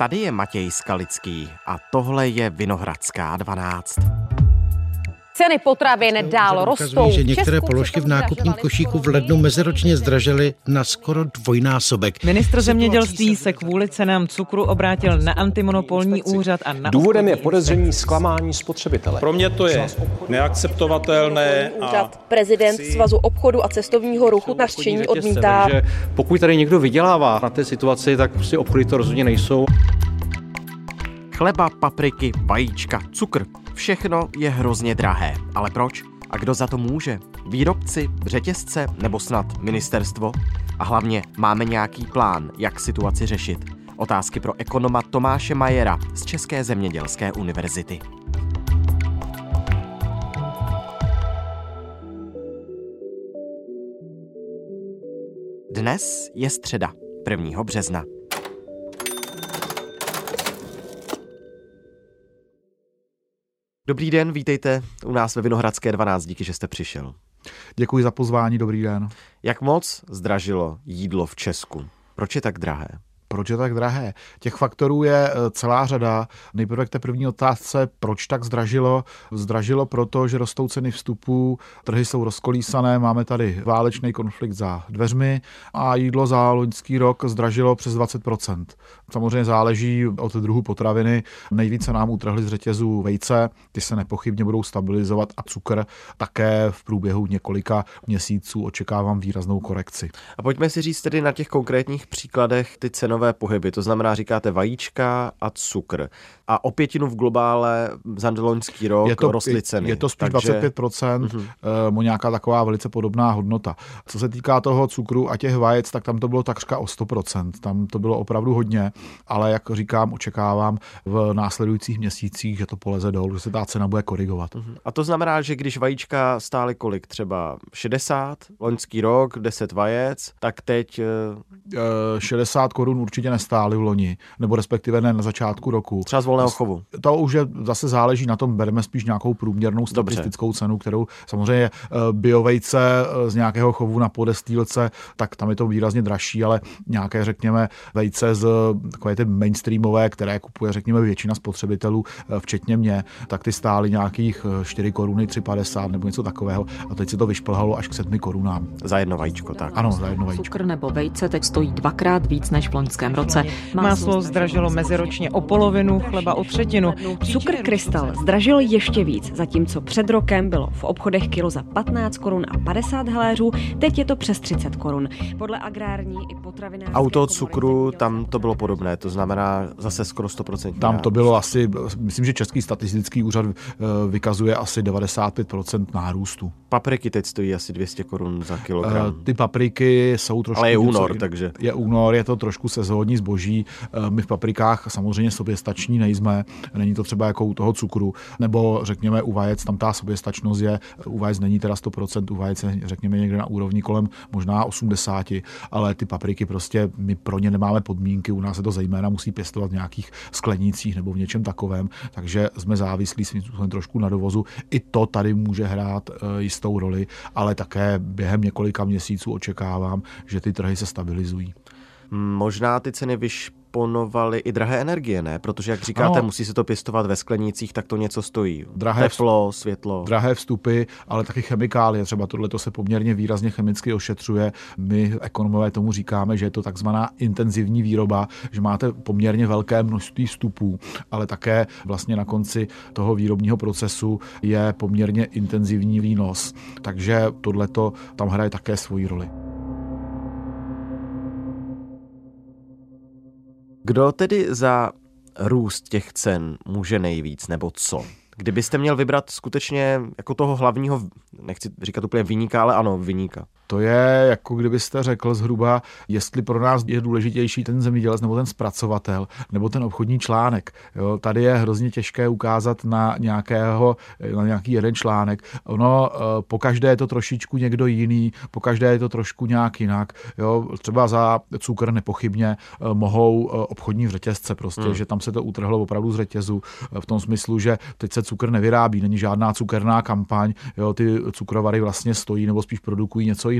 Tady je Matěj Skalický a tohle je Vinohradská 12. Ceny potravin dál rostou. Že některé položky v nákupním košíku v lednu meziročně zdražily na skoro dvojnásobek. Ministr zemědělství se kvůli cenám cukru obrátil na antimonopolní úřad a na důvodem je podezření zklamání spotřebitele. Pro mě to je neakceptovatelné. Prezident Svazu obchodu a cestovního ruchu nařčení odmítá. Takže pokud tady někdo vydělává na té situaci, tak prostě obchody to rozhodně nejsou. Chleba, papriky, vajíčka, cukr. Všechno je hrozně drahé. Ale proč? A kdo za to může? Výrobci, řetězce nebo snad ministerstvo? A hlavně máme nějaký plán, jak situaci řešit? Otázky pro ekonoma Tomáše Majera z České zemědělské univerzity. Dnes je středa, 1. března. Dobrý den, vítejte u nás ve Vinohradské 12, díky, že jste přišel. Děkuji za pozvání, dobrý den. Jak moc zdražilo jídlo v Česku? Proč je tak drahé? Proč je tak drahé? Těch faktorů je celá řada. Nejprve k té první otázce, proč tak zdražilo? Zdražilo proto, že rostou ceny vstupů, trhy jsou rozkolísané, máme tady válečný konflikt za dveřmi a jídlo za loňský rok zdražilo přes 20%. Samozřejmě záleží od druhu potraviny. Nejvíce nám utrhly z řetězu vejce, ty se nepochybně budou stabilizovat a cukr také v průběhu několika měsíců očekávám výraznou korekci. A pojďme si říct tedy na těch konkrétních příkladech ty cenové pohyby, to znamená, říkáte vajíčka a cukr. A o pětinu v globále za loňský rok rostly ceny. Je to spíš 25%, nějaká taková velice podobná hodnota. Co se týká toho cukru a těch vajec, tak tam to bylo takřka o 100%. Tam to bylo opravdu hodně, ale jak říkám, očekávám v následujících měsících, že to poleze dolů, že se ta cena bude korigovat. A to znamená, že když vajíčka stály kolik? Třeba 60, loňský rok, 10 vajec, tak teď 60 korun určitě nestály v loni, nebo respektive ne na začátku roku. Třeba z volného chovu. To už zase záleží na tom, bereme spíš nějakou průměrnou statistickou cenu, kterou samozřejmě biovejce z nějakého chovu na podestýlce, tak tam je to výrazně dražší, ale nějaké, řekněme, vejce z takové ty mainstreamové, které kupuje, řekněme, většina spotřebitelů, včetně mě, tak ty stály nějakých 4 koruny, 3,50 nebo něco takového a teď se to vyšplhalo až k 7 korunám. Za jedno vajíčko, tak. Ano, za jedno vajíčko. Cukr nebo vejce teď stojí 2krát víc než v loňském roce. Máslo zdražilo meziročně o polovinu, chleba o třetinu. Cukr Krystal zdražil ještě víc, zatímco před rokem bylo v obchodech kilo za 15 korun a 50 haléřů, teď je to přes 30 korun. Podle agrární i potravinářské Auto cukru, tam to bylo podobné, to znamená zase skoro 100%. Tam to bylo asi, myslím, že Český statistický úřad vykazuje asi 95% nárůstu. Papriky teď stojí asi 200 korun za kilogram. Ty papriky jsou trošku... Ale je únor, takže... Je únor, je to trošku sezónní zboží. My v paprikách samozřejmě soběstační nejsme. Není to třeba jako u toho cukru. Nebo řekněme u vajec, tam ta soběstačnost je, u vajec není teda 100%, u vajec je řekněme někde na úrovni kolem možná 80, ale ty papriky prostě my pro ně nemáme podmínky. U nás se to zejména musí pěstovat v nějakých sklenících nebo v něčem takovém, takže jsme závislí svým způsobem trošku na dovozu. I to tady může hrát jistou roli, ale také během několika měsíců očekávám, že ty trhy se stabilizují. Možná ty ceny vyšponovaly i drahé energie, ne? Protože, jak říkáte, musí se to pěstovat ve sklenících, tak to něco stojí. Teplo, světlo. Drahé vstupy, ale taky chemikálie. Třeba tohleto se poměrně výrazně chemicky ošetřuje. My, ekonomové, tomu říkáme, že je to takzvaná intenzivní výroba, že máte poměrně velké množství vstupů, ale také vlastně na konci toho výrobního procesu je poměrně intenzivní výnos. Takže tohleto tam hraje také svoji roli. Kdo tedy za růst těch cen může nejvíc, nebo co? Kdybyste měl vybrat skutečně jako toho hlavního, nechci říkat úplně viníka, ale ano, viníka. To je, jako kdybyste řekl zhruba, jestli pro nás je důležitější ten zemědělec nebo ten zpracovatel, nebo ten obchodní článek. Jo, tady je hrozně těžké ukázat na nějaký jeden článek. Ono pokaždé je to trošičku někdo jiný, pokaždé je to trošku nějak jinak. Jo, třeba za cukr nepochybně mohou obchodní řetězce prostě, že tam se to utrhlo opravdu z řetězu v tom smyslu, že teď se cukr nevyrábí, není žádná cukerná kampaň, jo, ty cukrovary vlastně stojí nebo spíš produkují něco jiného.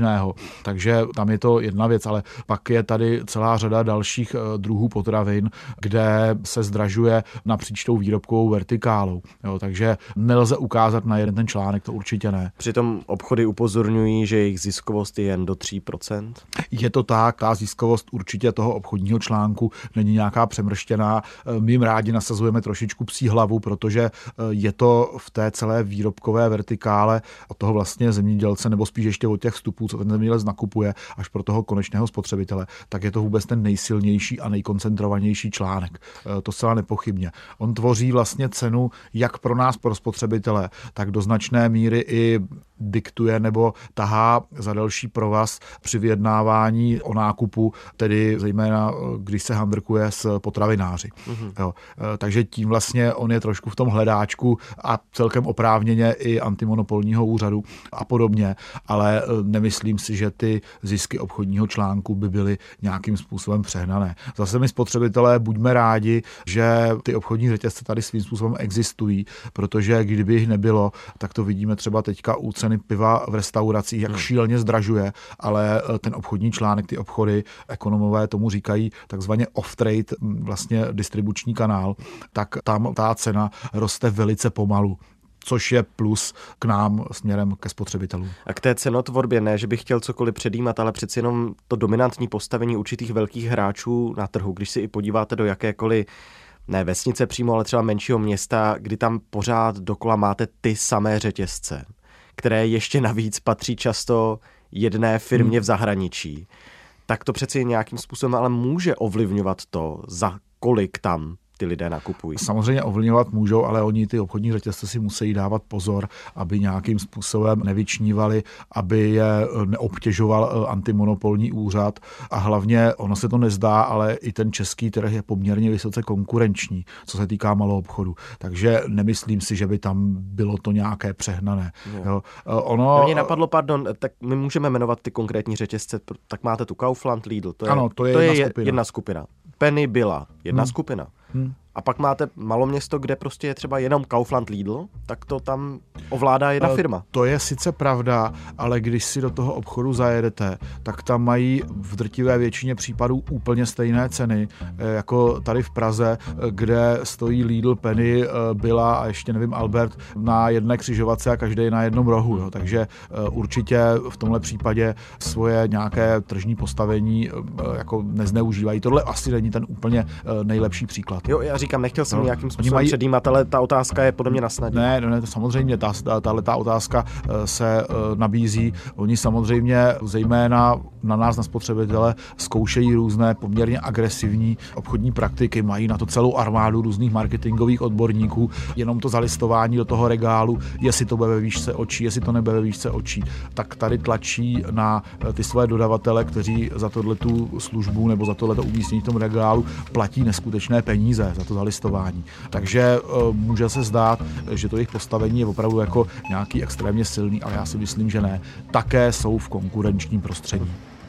jiného. Takže tam je to jedna věc, ale pak je tady celá řada dalších druhů potravin, kde se zdražuje napříč tou výrobkovou vertikálou. Jo, takže nelze ukázat na jeden ten článek, to určitě ne. Přitom obchody upozorňují, že jejich ziskovost je jen do 3%. Je to tak, ta ziskovost určitě toho obchodního článku není nějaká přemrštěná. My jim rádi nasazujeme trošičku psí hlavu, protože je to v té celé výrobkové vertikále od toho vlastně zemědělce, nebo spíš ještě od těch vstupů, co ten zemědělec nakupuje, až pro toho konečného spotřebitele, tak je to vůbec ten nejsilnější a nejkoncentrovanější článek. To zcela nepochybně. On tvoří vlastně cenu jak pro nás, pro spotřebitele, tak do značné míry i diktuje nebo tahá za další provaz při vyjednávání o nákupu, tedy zejména když se handrkuje s potravináři. Jo. Takže tím vlastně on je trošku v tom hledáčku a celkem oprávněně i antimonopolního úřadu a podobně, ale nemyslím si, že ty zisky obchodního článku by byly nějakým způsobem přehnané. Zase my spotřebitelé buďme rádi, že ty obchodní řetězce tady svým způsobem existují, protože kdyby jich nebylo, tak to vidíme třeba teďka u ceny piva v restauracích, jak šíleně zdražuje, ale ten obchodní článek, ty obchody, ekonomové tomu říkají takzvaně off-trade, vlastně distribuční kanál, tak tam ta cena roste velice pomalu, což je plus k nám směrem ke spotřebitelům. A k té cenotvorbě, ne, že bych chtěl cokoliv předjímat, ale přeci jenom to dominantní postavení určitých velkých hráčů na trhu, když si i podíváte do jakékoliv ne vesnice přímo, ale třeba menšího města, kdy tam pořád dokola máte ty samé řetězce, které ještě navíc patří často jedné firmě v zahraničí, tak to přeci nějakým způsobem ale může ovlivňovat to, za kolik tam ty lidé nakupují. Samozřejmě ovlivňovat můžou, ale oni ty obchodní řetězce si musí dávat pozor, aby nějakým způsobem nevyčnívali, aby je neobtěžoval antimonopolní úřad a hlavně ono se to nezdá, ale i ten český trh je poměrně vysoce konkurenční, co se týká malou obchodu. Takže nemyslím si, že by tam bylo to nějaké přehnané. Jo. Mě napadlo, tak my můžeme jmenovat ty konkrétní řetězce, tak máte tu Kaufland, Lidl, to je jedna skupina. Penny byla jedna skupina. A pak máte maloměsto, kde prostě je třeba jenom Kaufland, Lidl, tak to tam ovládá jedna firma. To je sice pravda, ale když si do toho obchodu zajedete, tak tam mají v drtivé většině případů úplně stejné ceny, jako tady v Praze, kde stojí Lidl, Penny, Billa a ještě nevím Albert na jedné křižovatce a každý na jednom rohu. Jo. Takže určitě v tomhle případě svoje nějaké tržní postavení jako nezneužívají. Tohle asi není ten úplně nejlepší příklad. Jo, já říkám, nechtěl jsem nějakým způsobem předjímat, ale ta otázka je podle mě na snadě. Ne, to samozřejmě, ta otázka se nabízí. Oni samozřejmě zejména na nás, na spotřebitele, zkoušejí různé poměrně agresivní obchodní praktiky, mají na to celou armádu různých marketingových odborníků, jenom to zalistování do toho regálu, jestli to bude ve výšce očí, jestli to nebude ve výšce očí, tak tady tlačí na ty své dodavatele, kteří za tohletu službu nebo za tohleto umístění v tom regálu platí neskutečné peníze za to zalistování. Takže může se zdát, že to jejich postavení je opravdu jako nějaký extrémně silný, ale já si myslím, že ne. Také jsou v konkurenčním prostředí.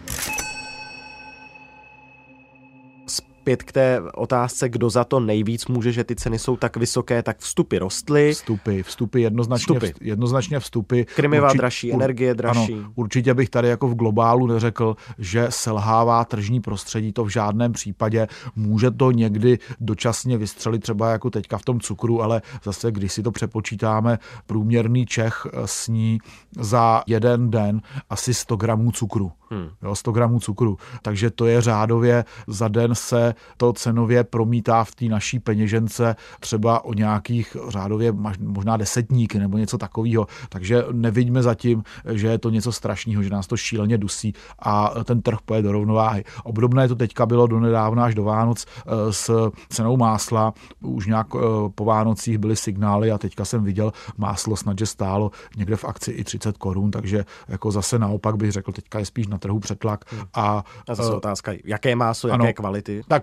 Zpět k té otázce, kdo za to nejvíc může, že ty ceny jsou tak vysoké, tak vstupy rostly. Vstupy jednoznačně vstupy. Krmiva dražší, energie dražší. Ano, určitě bych tady jako v globálu neřekl, že selhává tržní prostředí, to v žádném případě. Může to někdy dočasně vystřelit třeba jako teďka v tom cukru, ale zase, když si to přepočítáme, průměrný Čech sní za jeden den asi 100 gramů cukru. 100 gramů cukru. Takže to je řádově za den se to cenově promítá v té naší peněžence třeba o nějakých řádově možná desetníky nebo něco takového. Takže nevidíme zatím, že je to něco strašného, že nás to šíleně dusí a ten trh pojede do rovnováhy. Obdobné to teďka bylo donedávna až do Vánoc s cenou másla. Už nějak po Vánocích byly signály a teďka jsem viděl máslo snad, že stálo někde v akci i 30 korun, takže jako zase naopak bych řekl, teďka je spíš na trhu přetlak. A zase otázka, jaké máslo, jaké kvality? Tak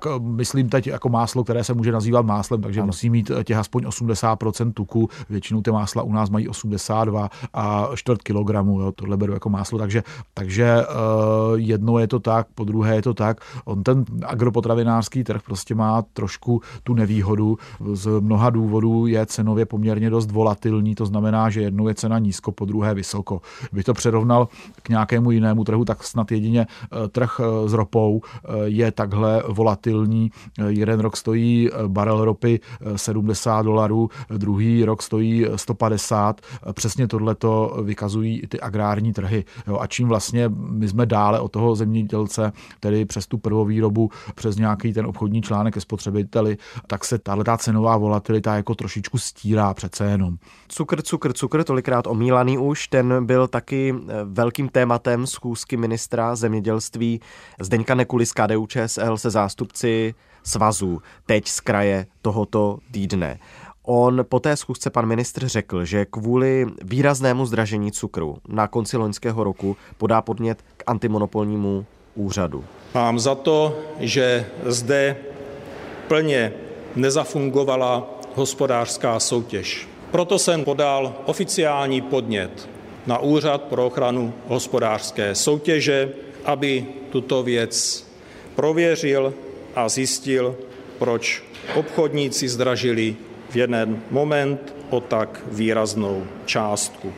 tak myslím teď jako máslo, které se může nazývat máslem, takže musí mít těch aspoň 80% tuku. Většinou ty másla u nás mají 82 a 1/4 kilogramu, jo, tohle beru jako máslo, takže jedno je to tak, po druhé je to tak. On ten agropotravinářský trh prostě má trošku tu nevýhodu. Z mnoha důvodů je cenově poměrně dost volatilní, to znamená, že jednou je cena nízko, po druhé vysoko. Bych to přirovnal k nějakému jinému trhu, tak snad jedině trh s ropou je takhle volatilní. Jeden rok stojí barel ropy $70, druhý rok stojí 150. Přesně tohleto vykazují i ty agrární trhy. Jo, a čím vlastně my jsme dále od toho zemědělce, tedy přes tu prvovýrobu, přes nějaký ten obchodní článek ke spotřebiteli, tak se tato cenová volatilita jako trošičku stírá přece jenom. Cukr, tolikrát omílaný už, ten byl taky velkým tématem schůzky ministra zemědělství Zdeňka Nekuly z KDU-ČSL se zástupci svazů teď z kraje tohoto týdne. On po té schůzce pan ministr řekl, že kvůli výraznému zdražení cukru na konci loňského roku podá podnět k antimonopolnímu úřadu. Mám za to, že zde plně nezafungovala hospodářská soutěž. Proto jsem podal oficiální podnět na Úřad pro ochranu hospodářské soutěže, aby tuto věc prověřil a zjistil, proč obchodníci zdražili v jeden moment o tak výraznou částku.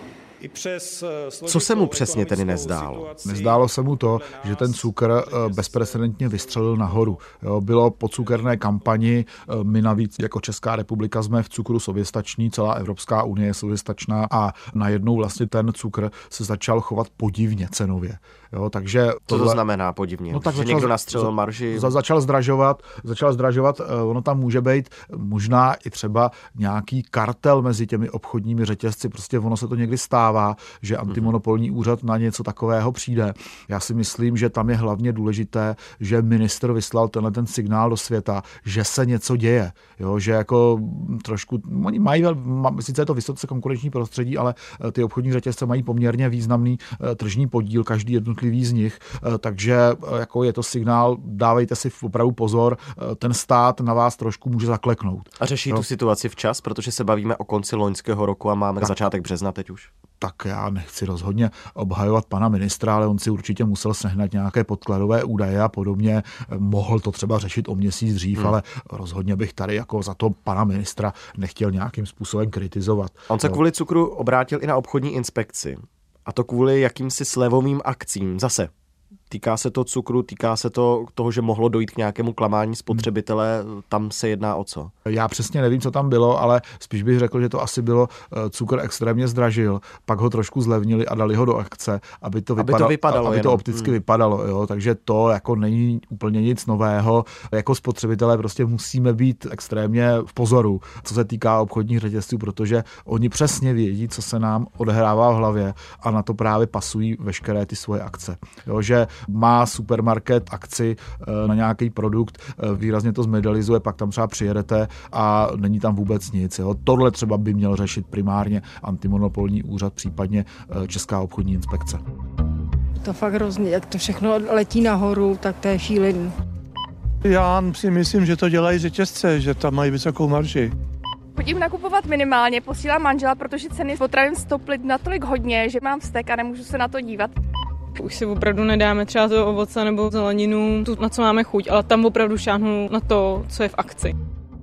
Co se mu přesně tedy nezdálo? Nezdálo se mu to, že ten cukr bezprecedentně vystřelil nahoru. Bylo po cukerné kampani, my navíc jako Česká republika jsme v cukru soběstační, celá Evropská unie je soběstačná a najednou vlastně ten cukr se začal chovat podivně cenově. Jo, takže co to znamená podivně? No, tak že někdo nastřelil marži? Začal zdražovat, ono tam může být možná i třeba nějaký kartel mezi těmi obchodními řetězci, prostě ono se to někdy stává, že antimonopolní úřad na něco takového přijde. Já si myslím, že tam je hlavně důležité, že ministr vyslal ten signál do světa, že se něco děje, jo, že jako trošku, oni mají, sice je to vysoce konkurenční prostředí, ale ty obchodní řetězce mají poměrně významný tržní podíl, každý jednotlivý z nich, takže jako je to signál, dávejte si opravdu pozor, ten stát na vás trošku může zakleknout. A řeší tu situaci včas, protože se bavíme o konci loňského roku a máme začátek března teď už? Tak já nechci rozhodně obhajovat pana ministra, ale on si určitě musel sehnat nějaké podkladové údaje a podobně. Mohl to třeba řešit o měsíc dřív, ale rozhodně bych tady jako za to pana ministra nechtěl nějakým způsobem kritizovat. On se kvůli cukru obrátil i na obchodní inspekci. A to kvůli jakýmsi slevovým akcím. Zase týká se to cukru, týká se to toho, že mohlo dojít k nějakému klamání spotřebitele, tam se jedná o co? Já přesně nevím, co tam bylo, ale spíš bych řekl, že to asi bylo, cukr extrémně zdražil, pak ho trošku zlevnili a dali ho do akce, aby to opticky vypadalo. Jo? Takže to jako není úplně nic nového. Jako spotřebitelé prostě musíme být extrémně v pozoru, co se týká obchodních řetězců, protože oni přesně vědí, co se nám odehrává v hlavě a na to právě pasují veškeré ty svoje akce. Jo? Že má supermarket akci na nějaký produkt, výrazně to zmedalizuje, pak tam třeba přijedete a není tam vůbec nic. Jo. Tohle třeba by měl řešit primárně antimonopolní úřad, případně Česká obchodní inspekce. To fakt hrozně, jak to všechno letí nahoru, tak to je šílený. Já si myslím, že to dělají řetězce, že tam mají vysokou marži. Chodím nakupovat minimálně, posílám manžela, protože ceny potravin stouply natolik hodně, že mám vztek a nemůžu se na to dívat. Už si opravdu nedáme třeba to ovoce nebo zeleninu, na co máme chuť, ale tam opravdu šáhnu na to, co je v akci.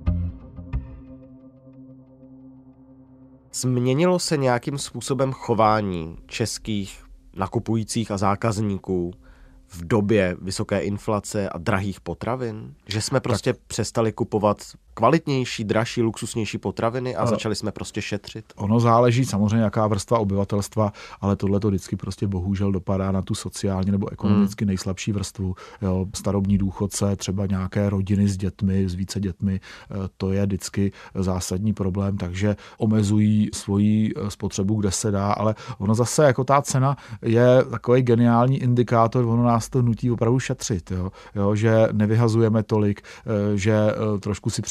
Změnilo se nějakým způsobem chování českých nakupujících a zákazníků v době vysoké inflace a drahých potravin? Že jsme prostě přestali kupovat kvalitnější, dražší, luxusnější potraviny a začali jsme prostě šetřit? Ono záleží samozřejmě, jaká vrstva obyvatelstva, ale tohle to vždycky prostě bohužel dopadá na tu sociálně nebo ekonomicky nejslabší vrstvu. Jo, starobní důchodce, třeba nějaké rodiny s dětmi, s více dětmi, to je vždycky zásadní problém, takže omezují svoji spotřebu, kde se dá, ale ono zase jako ta cena je takový geniální indikátor, ono nás to nutí opravdu šetřit, jo, že nevyhazujeme tolik, že trošku si předěláváme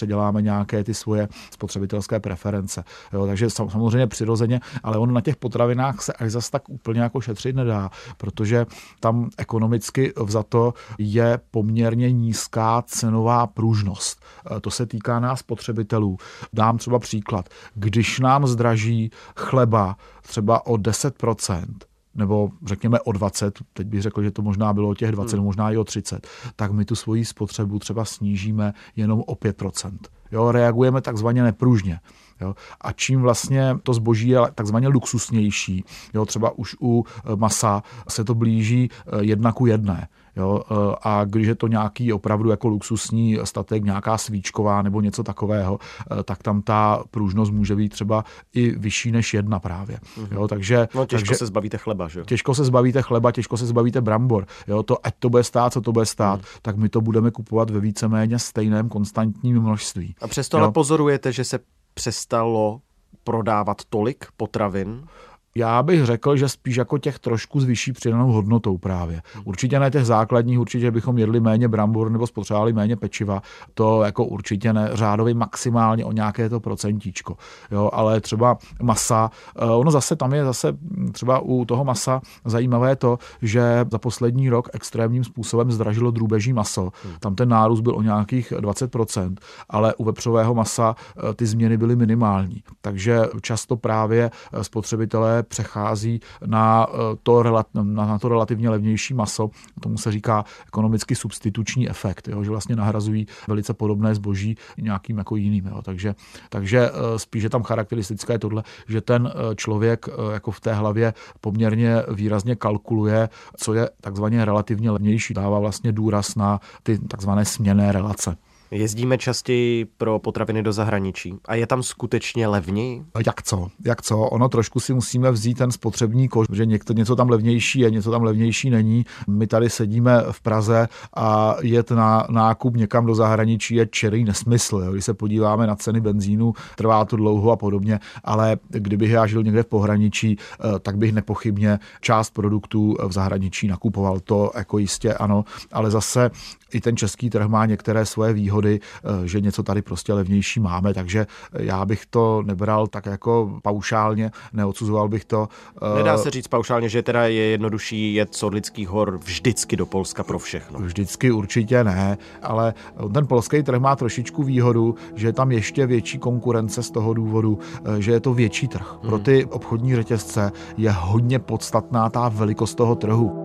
děláme nějaké ty svoje spotřebitelské preference. Jo, takže samozřejmě přirozeně, ale on na těch potravinách se až zas tak úplně jako šetřit nedá, protože tam ekonomicky vzato je poměrně nízká cenová pružnost. To se týká nás spotřebitelů. Dám třeba příklad. Když nám zdraží chleba třeba o 10%, nebo řekněme o 20, teď bych řekl, že to možná bylo o těch 20, možná i o 30, tak my tu svoji spotřebu třeba snížíme jenom o 5%. Jo, reagujeme takzvaně nepružně. Jo. A čím vlastně to zboží je takzvaně luxusnější, jo, třeba už u masa se to blíží 1:1. Jo, a když je to nějaký opravdu jako luxusní statek, nějaká svíčková nebo něco takového, tak tam ta pružnost může být třeba i vyšší než 1 právě. Jo, takže těžko se zbavíte chleba, že jo? Těžko se zbavíte chleba, těžko se zbavíte brambor. Jo, to, ať to bude stát, co to bude stát, tak my to budeme kupovat ve víceméně stejném konstantním množství. A přesto ale pozorujete, že se přestalo prodávat tolik potravin? Já bych řekl, že spíš jako těch trošku s vyšší přidanou hodnotou právě. Určitě ne těch základních, určitě bychom jedli méně brambor nebo spotřebovali méně pečiva, to jako určitě ne, řádově maximálně o nějaké to procentíčko. Jo, ale třeba masa, ono zase tam je zase třeba u toho masa zajímavé to, že za poslední rok extrémním způsobem zdražilo drůbeží maso. Tam ten nárůst byl o nějakých 20%, ale u vepřového masa ty změny byly minimální. Takže často právě spotřebitelé přechází na to relativně levnější maso. Tomu se říká ekonomicky substituční efekt, jo, že vlastně nahrazují velice podobné zboží nějakým jako jiným. Jo. Takže spíš je tam charakteristické tohle, že ten člověk jako v té hlavě poměrně výrazně kalkuluje, co je takzvaně relativně levnější. Dává vlastně důraz na ty takzvané směnné relace. Jezdíme častěji pro potraviny do zahraničí a je tam skutečně levněji? Jak co? Ono trošku si musíme vzít ten spotřební koš, že něco tam levnější je, něco tam levnější není. My tady sedíme v Praze a jet na nákup někam do zahraničí je čirý nesmysl. Jo? Když se podíváme na ceny benzínu, trvá to dlouho a podobně, ale kdybych já žil někde v pohraničí, tak bych nepochybně část produktů v zahraničí nakupoval. To jako jistě ano, ale zase i ten český trh má některé svoje výhody, že něco tady prostě levnější máme, takže já bych to nebral tak jako paušálně, neodsuzoval bych to. Nedá se říct paušálně, že teda je jednodušší jet z Orlických hor vždycky do Polska pro všechno. Vždycky určitě ne, ale ten polský trh má trošičku výhodu, že je tam ještě větší konkurence z toho důvodu, že je to větší trh. Pro ty obchodní řetězce je hodně podstatná ta velikost toho trhu.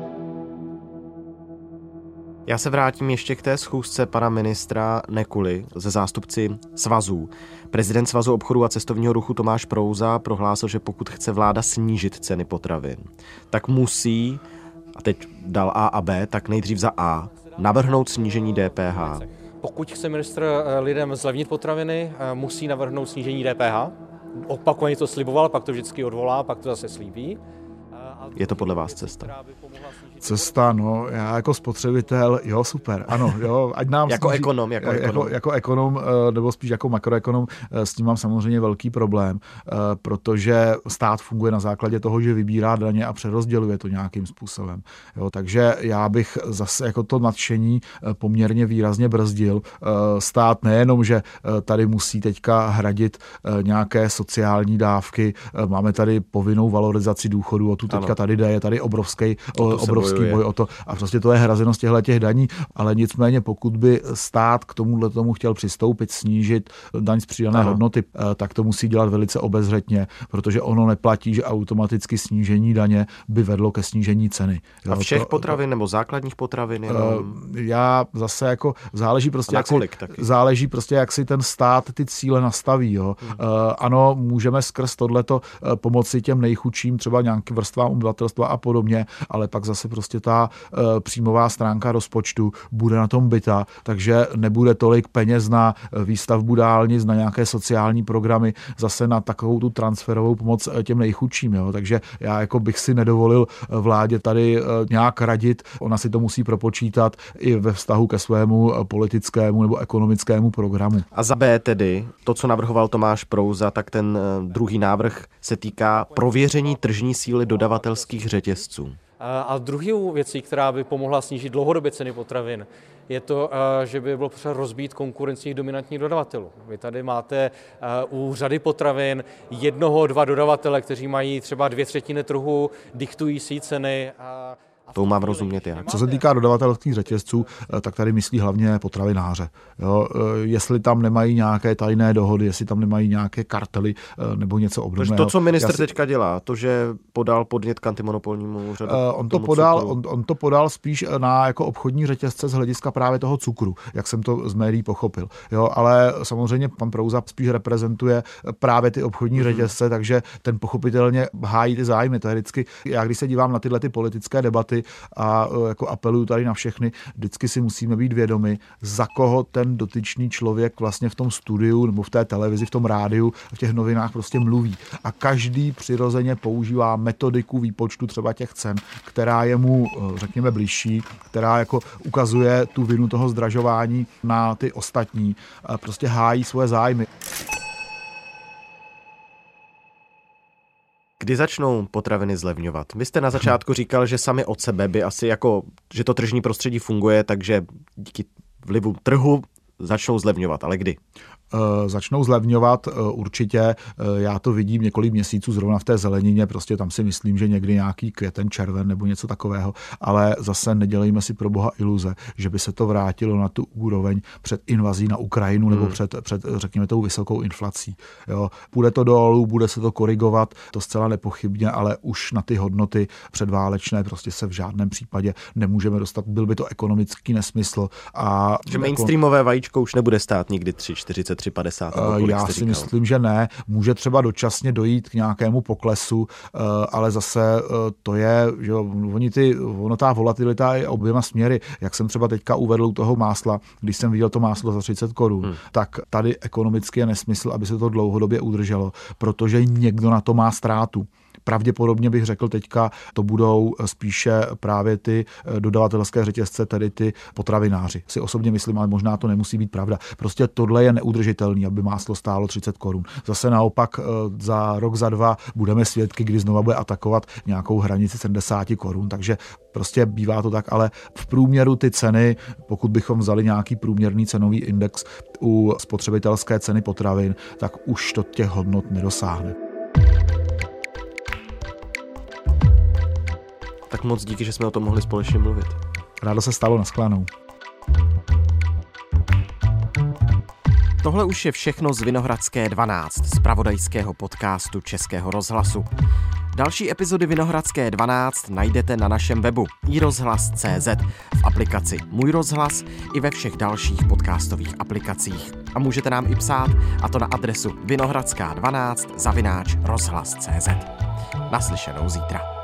Já se vrátím ještě k té schůzce pana ministra Nekuly se zástupci svazů. Prezident Svazu obchodu a cestovního ruchu Tomáš Prouza prohlásil, že pokud chce vláda snížit ceny potravin, tak musí, a teď dal A a B, tak nejdřív za A, navrhnout snížení DPH. Pokud chce ministr lidem zlevnit potraviny, musí navrhnout snížení DPH. Opakovaně to sliboval, pak to vždycky odvolá, pak to zase slíbí. Je to podle vás cesta? Cesta, no, já jako spotřebitel, jo, super, ano, jo, ať nám jako ekonom, nebo spíš jako makroekonom, s tím mám samozřejmě velký problém, protože stát funguje na základě toho, že vybírá daně a přerozděluje to nějakým způsobem. Jo, takže já bych zase jako to nadšení poměrně výrazně brzdil. Stát nejenom, že tady musí teďka hradit nějaké sociální dávky, máme tady povinnou valorizaci důchodů, o tu teďka tady jde, je tady obrovský boj o to a prostě to je hrazeno z těch daní, ale nicméně pokud by stát k tomu chtěl přistoupit, snížit daň z přidané hodnoty, tak to musí dělat velice obezřetně, protože ono neplatí, že automaticky snížení daně by vedlo ke snížení ceny. A všech potravin nebo základních potravin? Já zase jako záleží prostě, jak si ten stát ty cíle nastaví. Jo. Ano, můžeme skrz tohleto pomoci těm nejchudším, třeba nějakým vrstvám obyvatelstva a podobně, ale pak zase prostě ta příjmová stránka rozpočtu bude na tom bita, takže nebude tolik peněz na výstavbu dálnic, na nějaké sociální programy, zase na takovou tu transferovou pomoc těm nejchudším. Jo. Takže já jako bych si nedovolil vládě tady nějak radit, ona si to musí propočítat i ve vztahu ke svému politickému nebo ekonomickému programu. A za B tedy, to, co navrhoval Tomáš Prouza, tak ten druhý návrh se týká prověření tržní síly dodavatelských řetězců. A druhou věcí, která by pomohla snížit dlouhodobě ceny potravin, je to, že by bylo potřeba rozbít konkurenčních dominantních dodavatelů. Vy tady máte u řady potravin 1-2 dodavatele, kteří mají třeba 2/3 trhu, diktují si ceny. To mám rozumět já. Co se týká dodavatelských řetězců, tak tady myslí hlavně potravináře. Jo, jestli tam nemají nějaké tajné dohody, jestli tam nemají nějaké kartely nebo něco obdobného. To, co ministr teďka dělá, to, že podal podnět k antimonopolnímu úřadu. On to podal spíš na jako obchodní řetězce z hlediska právě toho cukru, jak jsem to z médií pochopil. Jo, ale samozřejmě pan Prouza spíš reprezentuje právě ty obchodní řetězce, takže ten pochopitelně hájí ty zájmy. To je vždycky, já když se dívám na tyhle ty politické debaty a jako apeluju tady na všechny, vždycky si musíme být vědomi, za koho ten dotyčný člověk vlastně v tom studiu nebo v té televizi, v tom rádiu, v těch novinách prostě mluví. A každý přirozeně používá metodiku výpočtu třeba těch cen, která je mu, řekněme, bližší, která jako ukazuje tu vinu toho zdražování na ty ostatní. Prostě hájí svoje zájmy. Kdy začnou potraviny zlevňovat? Vy jste na začátku říkal, že sami od sebe by asi jako, že to tržní prostředí funguje, takže díky vlivu trhu začnou zlevňovat, ale kdy? Začnou zlevňovat určitě, já to vidím několik měsíců zrovna v té zelenině, prostě tam si myslím, že někdy nějaký květen, červen nebo něco takového, ale zase nedělejme si pro boha iluze, že by se to vrátilo na tu úroveň před invazí na Ukrajinu nebo před řekněme tou vysokou inflací. Jo. Půjde to dolů, bude se to korigovat, to zcela nepochybně, ale už na ty hodnoty předválečné prostě se v žádném případě nemůžeme dostat. Byl by to ekonomický nesmysl. A že mainstreamové vajíčko už nebude stát nikdy 3,40-3,50. Já si myslím, že ne. Může třeba dočasně dojít k nějakému poklesu, ale zase to je, že ono ta volatilita je oběma směry. Jak jsem třeba teďka uvedl u toho másla, když jsem viděl to máslo za 30 korun, tak tady ekonomicky je nesmysl, aby se to dlouhodobě udrželo, protože někdo na to má ztrátu. Pravděpodobně bych řekl teďka, to budou spíše právě ty dodavatelské řetězce, tedy ty potravináři. Si osobně myslím, ale možná to nemusí být pravda. Prostě tohle je neudržitelný, aby máslo stálo 30 korun. Zase naopak za rok, za 2 budeme svědky, kdy znova bude atakovat nějakou hranici 70 korun, takže prostě bývá to tak, ale v průměru ty ceny, pokud bychom vzali nějaký průměrný cenový index u spotřebitelské ceny potravin, tak už to těch hodnot nedosáhne. Tak moc díky, že jsme o tom mohli společně mluvit. Rádo se stalo, nashledanou. Tohle už je všechno z Vinohradské 12, z zpravodajského podcastu Českého rozhlasu. Další epizody Vinohradské 12 najdete na našem webu iRozhlas.cz, v aplikaci Můj rozhlas i ve všech dalších podcastových aplikacích. A můžete nám i psát, a to na adresu vinohradská12@rozhlas.cz. Naslyšenou zítra.